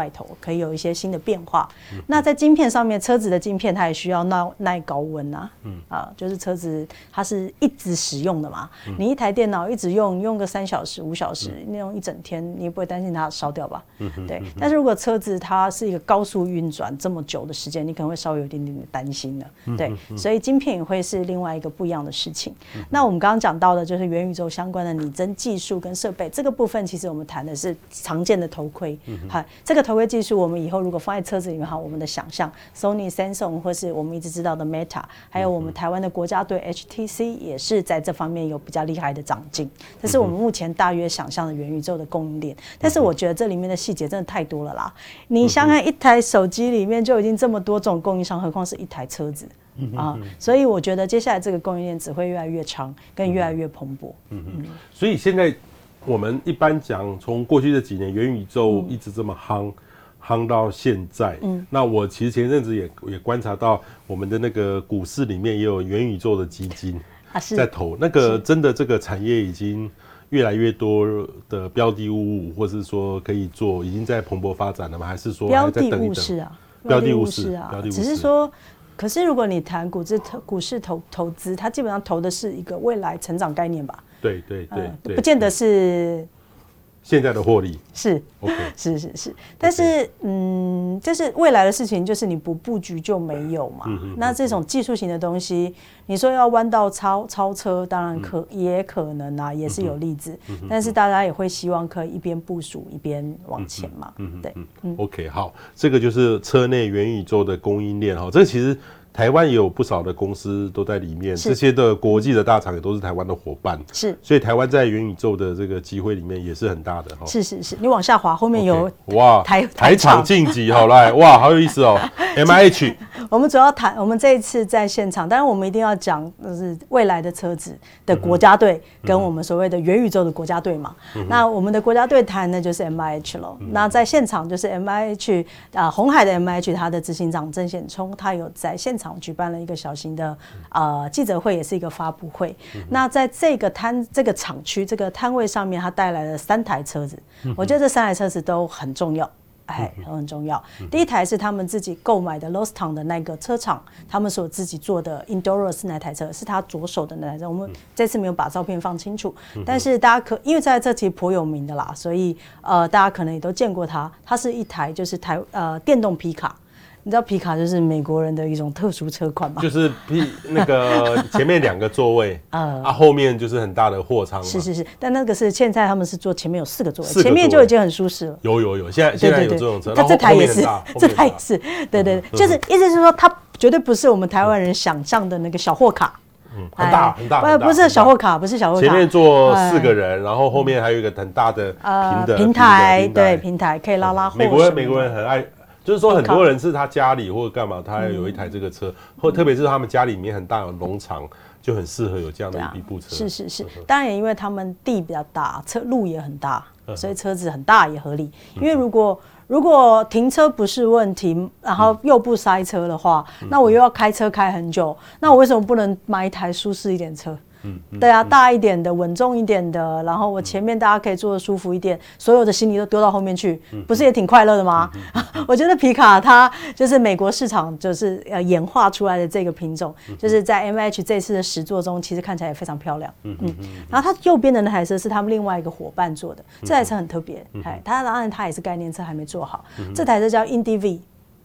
可以有一些新的变化。那在晶片上面，车子的晶片它也需要耐高温啊，就是车子它是一直使用的嘛，你一台电脑一直用个3小时、5小时，用一整天，你也不会担心它烧掉吧？对。但是如果车子它是一个高速运转这么久的时间，你可能会稍微有一点点的担心了。对，所以晶片也会是另外一个不一样的事情。那我们刚刚讲到的就是元宇宙相关的拟真技术跟设备，这个部分其实我们谈的是常见的头盔。这个头盔技术，我们以后如果放在车子里面，我们的想象 ，Sony、Samsung 或是我们一直知道的 Meta， 还有我们台湾的国家队 HTC 也是在这方面有比较厉害的长进。这是我们目前大约想象的元宇宙的供应链。但是我觉得这里面的细节真的太多了啦！你想想，一台手机里面就已经这么多种供应商，何况是一台车子。所以我觉得接下来这个供应链只会越来越长，跟越来越蓬勃。 所以现在我们一般讲，从过去这几年元宇宙一直这么夯到现在。那我其实前阵子也观察到，我们的那个股市里面也有元宇宙的基金在投，那个真的这个产业已经越来越多的标的物，或是说可以做，已经在蓬勃发展了吗？还是说还在等一等？ 标的物是啊， 标的物是啊， 只是说。可是，如果你谈股市投资，它基本上投的是一个未来成长概念吧？ 对， 不见得是现在的获利。 是 ，OK， 是，但是就是未来的事情，就是你不布局就没有嘛。那这种技术型的东西，你说要弯道超车，当然也可能啊，也是有例子。但是大家也会希望可以一边部署一边往前嘛。对 ，OK， 好，这个就是车内元宇宙的供应链哈，这其实。台湾也有不少的公司都在里面，这些的国际的大厂也都是台湾的伙伴，所以台湾在元宇宙的这个机会里面也是很大的哈。 是，你往下滑，后面有哇台厂晋级，好来哇，好有意思哦。MIH， 我们主要谈，我们这一次在现场，当然我们一定要讲，就是未来的车子的国家队跟我们所谓的元宇宙的国家队嘛。那我们的国家队谈的就是 MIH 了。那在现场就是 MIH 鸿海的 MIH， 他的执行长郑显聪，他有在现场举办了一个小型的记者会，也是一个发布会。那在这个厂区这个摊位上面，他带来了3台车子，我觉得这3台车子都很重要。都很重要。第一台是他们自己购买的 Loston 的那个车厂，他们所自己做的 Endurus 那台车，是他左手的那台车。我们这次没有把照片放清楚，但是大家因为这台车其实颇有名的啦，所以大家可能也都见过它。它是一台就是电动皮卡。你知道皮卡就是美国人的一种特殊车款吗？ 就是那个前面2个座位，后面就是很大的货舱。 是，但那个是现在他们是坐前面有4个座位，前面就已经很舒适了。 有，现在有这种车， 它这台也是，对，就是意思是说它绝对不是我们台湾人想象的那个小货卡。 很大， 不是小货卡，不是小货卡。 前面坐4个人，然后后面还有一个很大的平台，对，平台可以拉货。 美国人很爱。就是说，很多人是他家里或者干嘛，他有一台这个车，或特别是他们家里面很大的农场，就很适合有这样的一部车。 是，当然也因为他们地比较大，路也很大，所以车子很大也合理。因为如果停车不是问题，然后又不塞车的话，那我又要开车开很久，那我为什么不能买一台舒适一点车？对啊，大一点的，稳重一点的，然后我前面大家可以坐得舒服一点，所有的行李都丢到后面去，不是也挺快乐的吗？我觉得皮卡它就是美国市场就是演化出来的这个品种，就是在 MIH 这次的实作中，其实看起来也非常漂亮。然后它右边的那台车是他们另外一个伙伴做的，这台车很特别，它当然它也是概念车，还没做好。这台车叫 Indy，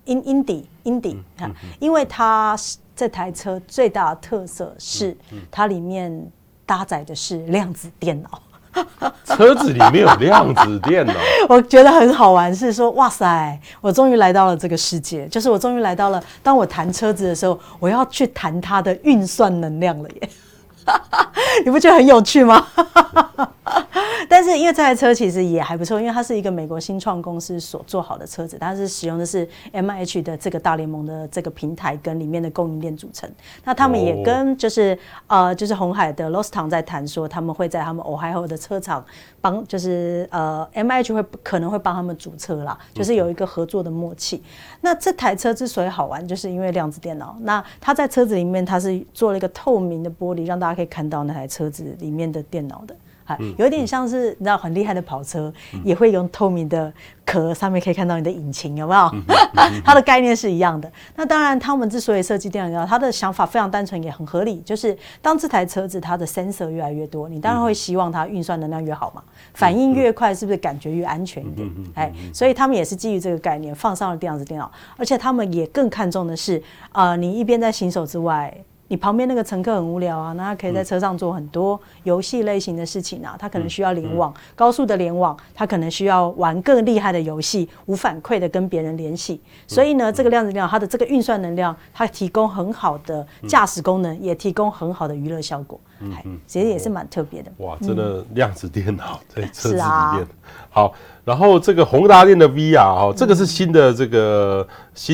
因为它这台车最大的特色是它里面搭载的是量子电脑。 车子里面有量子电脑， 我觉得很好玩，是说哇塞，我终于来到了这个世界，就是我终于来到了，当我谈车子的时候，我要去谈它的运算能量了耶。你不觉得很有趣吗？但是因为这台车其实也还不错，因为它是一个美国新创公司所做好的车子，它是使用的是 MIH 的这个大联盟的这个平台跟里面的供应链组成。那他们也跟就是鸿海的 Loston 在谈说，他们会在他们 Ohio 的车厂帮，就是MIH 可能会帮他们组车啦，就是有一个合作的默契。那这台车之所以好玩，就是因为量子电脑。那它在车子里面，它是做了一个透明的玻璃，让大家可以看到那台车子里面的电脑的。 有点像是你知道很厉害的跑车，也会用透明的壳，上面可以看到你的引擎，有没有？它的概念是一样的。那当然，他们之所以设计电脑，他的想法非常单纯，也很合理，就是当这台车子它的 sensor 越来越多，你当然会希望它运算能量越好嘛，反应越快，是不是感觉越安全一点？所以他们也是基于这个概念放上了这样子电脑，而且他们也更看重的是，你一边在行走之外。你旁边那个乘客很无聊啊，那他可以在车上做很多游戏类型的事情啊，他可能需要联网，高速的联网，他可能需要玩更厉害的游戏，无反馈的跟别人联系。所以呢，这个量子电脑它的这个运算能量，它提供很好的驾驶功能，也提供很好的娱乐效果。其实也是蛮特别的。 哇，真的量子电脑在车子里面。好，然后这个宏达电的 VR 这个是新的这个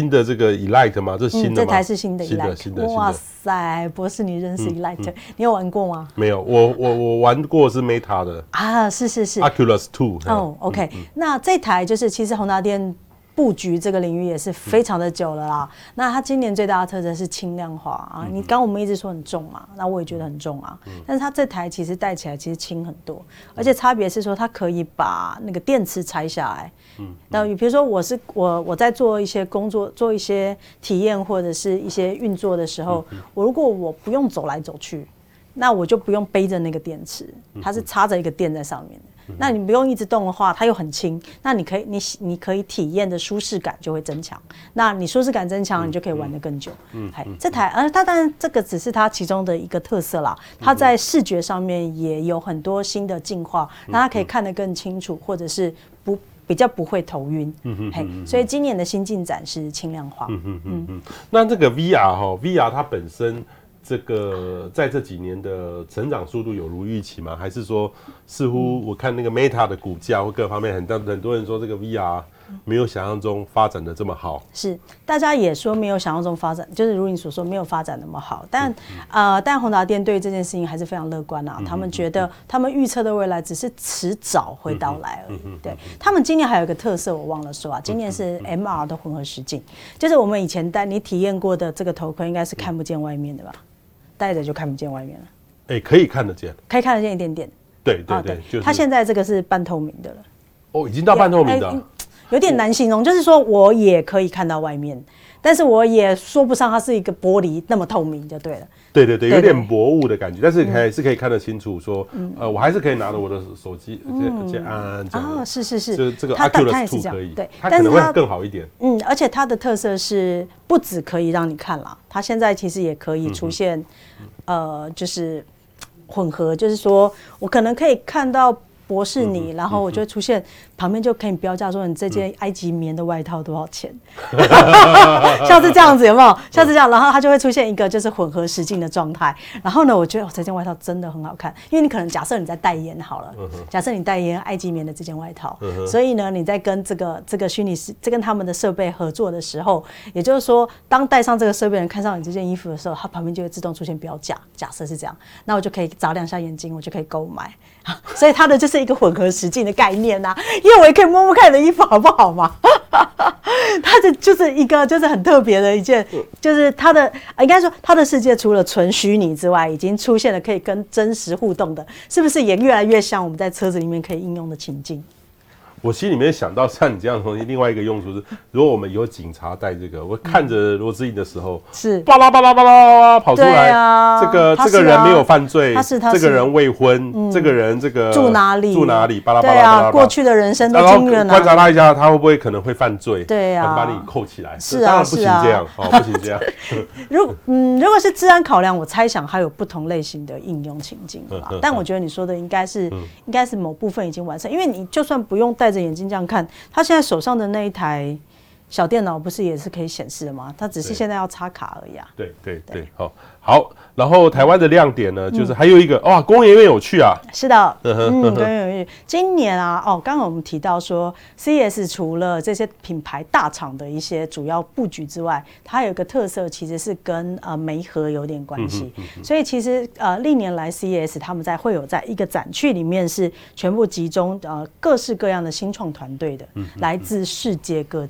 Elite 吗？这是新的吗？ 这台是新的 Elite。 新的。 哇塞，博士，你认识 Elite？你有玩过吗？ 没有，我玩过是 Meta 的啊，是 Oculus 2。 哦 ，OK，那这台就是其实宏达电布局这个领域也是非常的久了啦。那它今年最大的特征是轻量化啊。你刚我们一直说很重嘛，那我也觉得很重啊。但是它这台其实带起来其实轻很多，而且差别是说它可以把那个电池拆下来。那比如说我在做一些工作、做一些体验或者是一些运作的时候，如果我不用走来走去，那我就不用背着那个电池，它是插着一个电在上面的。那你不用一直动的话，它又很轻，那你可以体验的舒适感就会增强。那你舒适感增强，你就可以玩得更久。这台它当然这个只是它其中的一个特色啦，它在视觉上面也有很多新的进化，让它可以看得更清楚，或者是比较不会头晕。所以今年的新进展是轻量化。 那这个 VR 它本身。这个在这几年的成长速度有如预期吗？还是说，似乎我看那个 Meta 的股价或各方面，很多人说这个 VR 没有想象中发展的这么好。 是，大家也说没有想象中发展，就是如你所说没有发展那么好。但宏达电对于这件事情还是非常乐观啊。他们觉得他们预测的未来只是迟早会到来而已。对，他们今年还有一个特色我忘了说啊，今年是 MR 的混合实境，就是我们以前你体验过的这个头盔应该是看不见外面的吧？戴着就看不见外面了。 可以看得见， 可以看得见一点点。 对，就是它现在这个是半透明的了。 哦，已经到半透明的。 有点难形容，就是说我也可以看到外面，但是我也说不上它是一个玻璃那么透明就对了。 对，有点薄雾的感觉，但是还是可以看得清楚。说，我还是可以拿着我的手机，而且安这样。 是， 就这个 Oculus 2可以， 对， 它可能会更好一点。 而且它的特色是不只可以让你看啦，它现在其实也可以出现，就是混合，就是说我可能可以看到博士你，然后我就会出现旁边就可以标价说你这件埃及棉的外套多少钱，像是这样子有没有？像是这样，然后它就会出现一个就是混合实境的状态。然后呢，我觉得这件外套真的很好看，因为你可能假设你在代言好了，假设你代言埃及棉的这件外套，所以呢你在跟这个虚拟跟他们的设备合作的时候，也就是说当戴上这个设备人看上你这件衣服的时候，它旁边就会自动出现标价，假设是这样，那我就可以眨两下眼睛，我就可以购买。所以它的就是一个混合实境的概念啊，因为我也可以摸摸看你的衣服好不好嘛。它的就是一个就是很特别的一件，就是它的应该说它的世界除了纯虚拟之外，已经出现了可以跟真实互动的，是不是也越来越像我们在车子里面可以应用的情境？ 我心里面想到像你这样的东西，另外一个用处是，如果我们有警察带这个，我看着罗志颖的时候， 是巴拉巴拉巴拉跑出来，这个人没有犯罪，这个人未婚，这个人这个住哪里， 巴拉巴拉巴拉， 过去的人生都经历了， 观察他一下，他会不会可能会犯罪？ 对啊， 把你扣起来， 是当然不行这样，不行这样。 如果是治安考量，我猜想还有不同类型的应用情境吧。但我觉得你说的应该是某部分已经完成，因为你就算不用戴着眼镜这样看，他现在手上的那一台小电脑不是也是可以显示的吗？它只是现在要插卡而已啊。 对，好。然后台湾的亮点呢，就是还有一个工研院有趣啊。 是的，工研院有趣。今年啊，刚刚我们提到说 ，CES 除了这些品牌大厂的一些主要布局之外，它有一个特色，其实是跟媒合有点关系。所以其实历年来 CES 他们会有在一个展区里面是全部集中各式各样的新创团队的，来自世界各地的新创。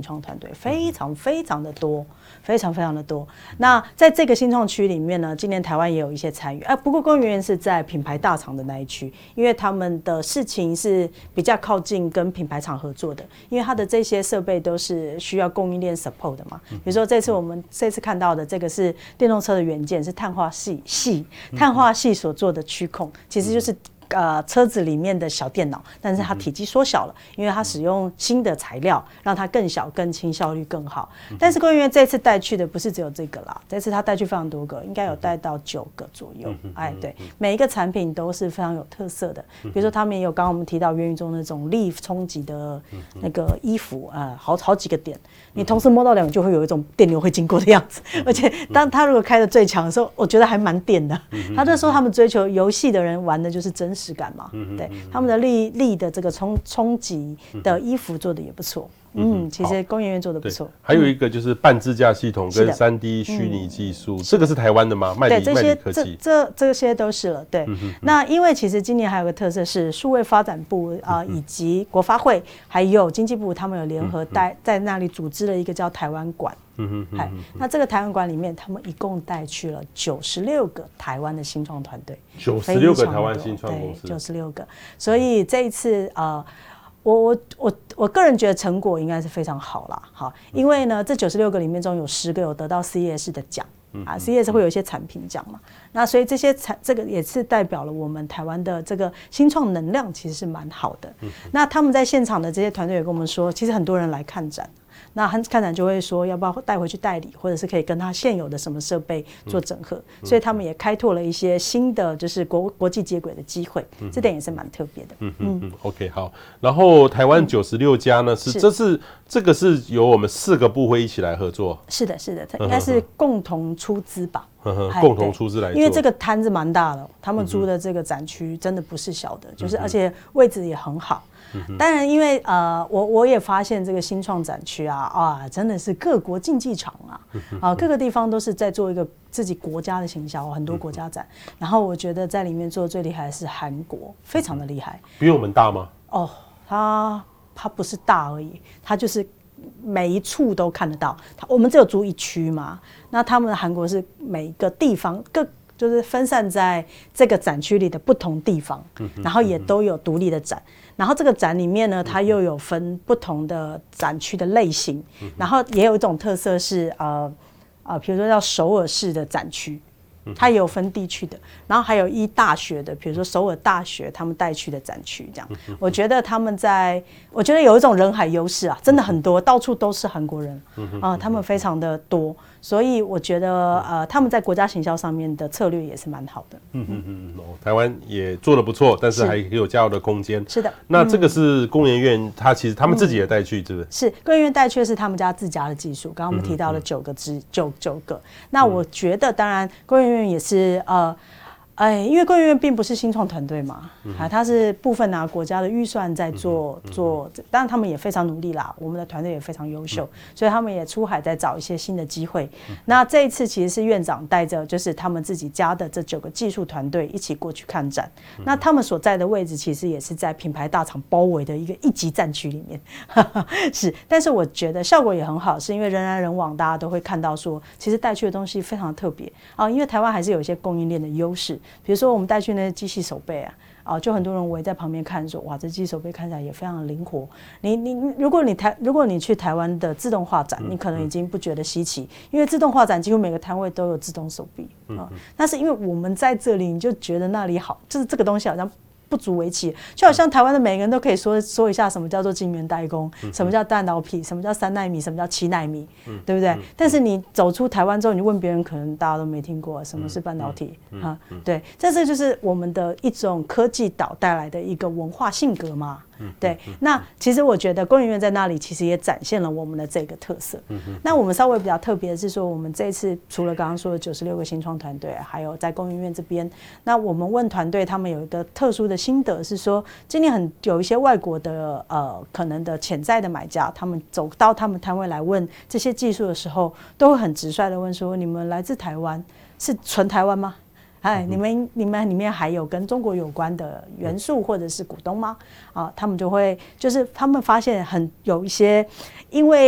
创团队，非常非常的多，非常非常的多。那在这个新创区里面呢，今年台湾也有一些参与，不过工研院是在品牌大厂的那一区，因为他们的事情是比较靠近跟品牌厂合作的，因为它的这些设备都是需要供应链 support 的嘛。比如说我们这次看到的这个是电动车的元件，是碳化系所做的区控，其实就是车子里面的小电脑，但是它体积缩小了，因为它使用新的材料，让它更小、更轻、效率更好。但是工研院这次带去的不是只有这个啦，这次他带去非常多个，应该有带到9个左右。对，每一个产品都是非常有特色的。比如说他们也有刚刚我们提到元宇宙那种力冲击的那个衣服，好几个点，你同时摸到2就会有一种电流会经过的样子。而且当他如果开的最强的时候，我觉得还蛮电的。他就说他们追求游戏的人玩的就是真实感嘛，对，他们的力的这个冲击的衣服做的也不错。其实工研院做的不错。 还有一个就是半支架系统跟3D 虚拟技术，这个是台湾的吗？麦迪科技， 这些都是了。对，那因为其实今年还有个特色是数位发展部以及国发会还有经济部，他们有联合在那里组织了一个叫台湾馆。那这个台湾馆里面，他们一共带去了96个台湾的新创团队 ，96个台湾新创公司 ，96个。所以这一次我个人觉得成果应该是非常好啦，好，因为呢，这96个里面中有10个有得到 CES 的奖。CES 会有一些产品奖嘛，那所以这个也是代表了我们台湾的这个新创能量其实是蛮好的。那他们在现场的这些团队也跟我们说，其实很多人来看展。那看展就会说要不要带回去代理，或者是可以跟他现有的什么设备做整合，所以他们也开拓了一些新的就是国际接轨的机会，这点也是蛮特别的。 OK 好，然后台湾96家呢这个是由我们4个部会一起来合作。 是的，它应该是共同出资吧。 共同出资来做， 因为这个摊子蛮大的，他们租的这个展区真的不是小的，就是而且位置也很好。当然，因为我也发现这个新创展区真的是各国竞技场各个地方都是在做一个自己国家的行销，很多国家展。然后我觉得在里面做的最厉害的是韩国，非常的厉害。 比我们大吗？ 它不是大而已，它就是每一处都看得到。我们只有租1区嘛，那他们的韩国是每一个地方就是分散在这个展区里的不同地方，然后也都有独立的展。然后这个展里面呢，它又有分不同的展区的类型，然后也有一种特色是比如说叫首尔市的展区。它也有分地区的，然后还有大学的，比如说首尔大学他们带去的展区这样。我觉得我觉得有一种人海优势真的很多，到处都是韩国人他们非常的多，所以我觉得他们在国家行销上面的策略也是蛮好的。 台湾也做得不错，但是还有加油的空间。 是的， 那这个是工研院，其实他们自己也带去，是不是？ 是工研院带去的是他们家自家的技术，刚刚我们提到了9个。那我觉得当然工研院也是因为工研院并不是新创团队嘛，它是部分拿国家的预算在做，当然他们也非常努力啦，我们的团队也非常优秀，所以他们也出海在找一些新的机会。那这一次其实是院长带着就是他们自己家的这9个技术团队一起过去看展，那他们所在的位置其实也是在品牌大厂包围的一个1级战区里面是，但是我觉得效果也很好，是因为人来人往，大家都会看到说其实带去的东西非常特别因为台湾还是有一些供应链的优势。比如说我们带去那些机器手背就很多人围在旁边看说，哇，这机器手背看起来也非常的灵活。如果你去台湾的自动化展，你可能已经不觉得稀奇，因为自动化展几乎每个摊位都有自动手臂但是因为我们在这里，你就觉得那里好，就是这个东西好像不足为奇，就好像台湾的每个人都可以说一下什么叫做晶圆代工，什么叫半导体，什么叫3奈米，什么叫7奈米，对不对？但是你走出台湾之后，你问别人，可能大家都没听过什么是半导体对，这就是我们的一种科技岛带来的一个文化性格嘛。对，那其实我觉得工研院在那里其实也展现了我们的这个特色。那我们稍微比较特别的是说，我们这一次除了刚刚说的96个新创团队，还有在工研院这边，那我们问团队，他们有一个特殊的心得是说，今年有一些外国的可能的潜在的买家，他们走到他们摊位来问这些技术的时候，都会很直率的问说，你们来自台湾是纯台湾吗？你们里面还有跟中国有关的元素或者是股东吗？他们就会就是他们发现有一些，因为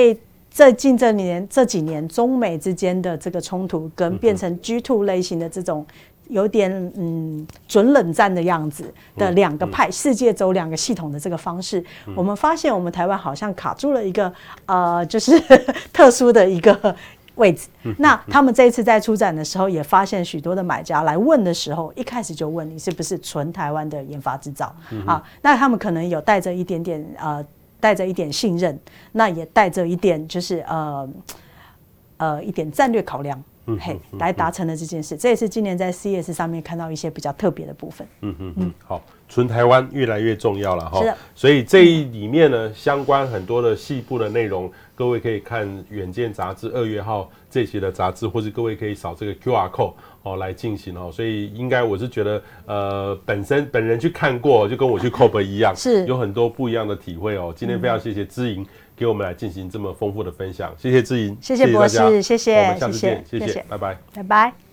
这几年中美之间的这个冲突，跟变成 G2 类型的这种有点准冷战的样子的两个派，世界走两个系统的这个方式，我们发现我们台湾好像卡住了一个就是特殊的一个位置。那他们这一次在出展的时候，也发现许多的买家来问的时候，一开始就问你是不是纯台湾的研发制造啊？那他们可能有带着一点点带着一点信任，那也带着一点就是一点战略考量。来达成了这件事，这也是今年在 CES 上面看到一些比较特别的部分。 好，纯台湾越来越重要了哈。 是的， 所以这里面呢，相关很多的细部的内容，各位可以看《远见》杂志2月号这期的杂志，或是各位可以扫这个 QR code 来进行哦。所以应该我是觉得，本人去看过，就跟我去 COP 一样， 是有很多不一样的体会哦。今天非常谢谢知莹给我们来进行这么丰富的分享，谢谢知莹， 谢谢博士，谢谢， 我们下次见，谢谢，拜拜， 拜拜。